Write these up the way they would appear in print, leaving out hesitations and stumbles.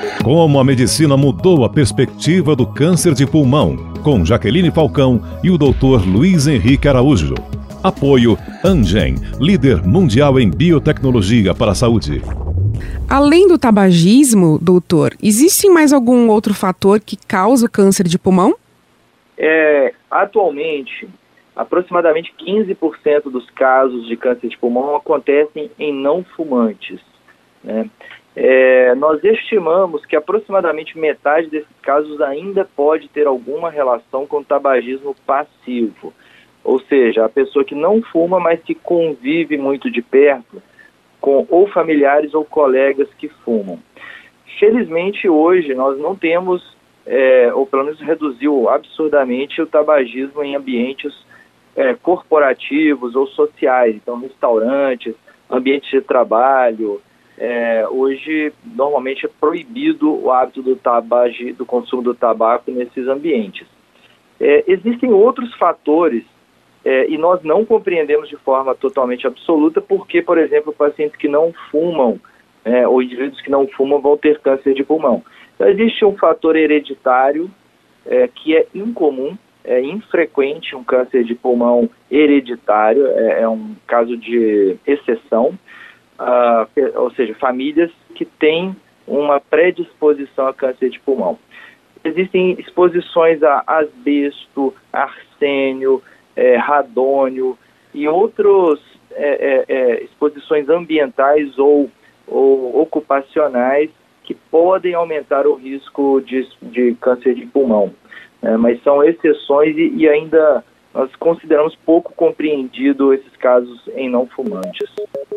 Como a medicina mudou a perspectiva do câncer de pulmão, com Jaqueline Falcão e o Dr. Luiz Henrique Araújo. Apoio Angen, líder mundial em biotecnologia para a saúde. Além do tabagismo, doutor, existe mais algum outro fator que causa o câncer de pulmão? Atualmente, aproximadamente 15% dos casos de câncer de pulmão acontecem em não fumantes, né? Nós estimamos que aproximadamente metade desses casos ainda pode ter alguma relação com tabagismo passivo, ou seja, a pessoa que não fuma, mas que convive muito de perto com ou familiares ou colegas que fumam. Felizmente, hoje, nós não temos, ou pelo menos reduziu absurdamente o tabagismo em ambientes corporativos ou sociais, então restaurantes, ambientes de trabalho. Hoje, normalmente, é proibido o hábito do consumo do tabaco nesses ambientes. Existem outros fatores e nós não compreendemos de forma totalmente absoluta porque, por exemplo, pacientes que não fumam ou indivíduos que não fumam vão ter câncer de pulmão. Então, existe um fator hereditário que é incomum, é infrequente um câncer de pulmão hereditário, é um caso de exceção. Ou seja, famílias que têm uma predisposição a câncer de pulmão. Existem exposições a asbesto, arsênio, radônio e outras exposições ambientais ou ocupacionais que podem aumentar o risco de câncer de pulmão. Mas são exceções e ainda nós consideramos pouco compreendido esses casos em não fumantes.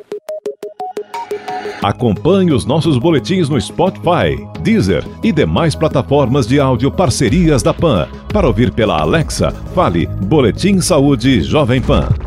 Acompanhe os nossos boletins no Spotify, Deezer e demais plataformas de áudio parcerias da PAN. Para ouvir pela Alexa, fale Boletim Saúde Jovem Pan.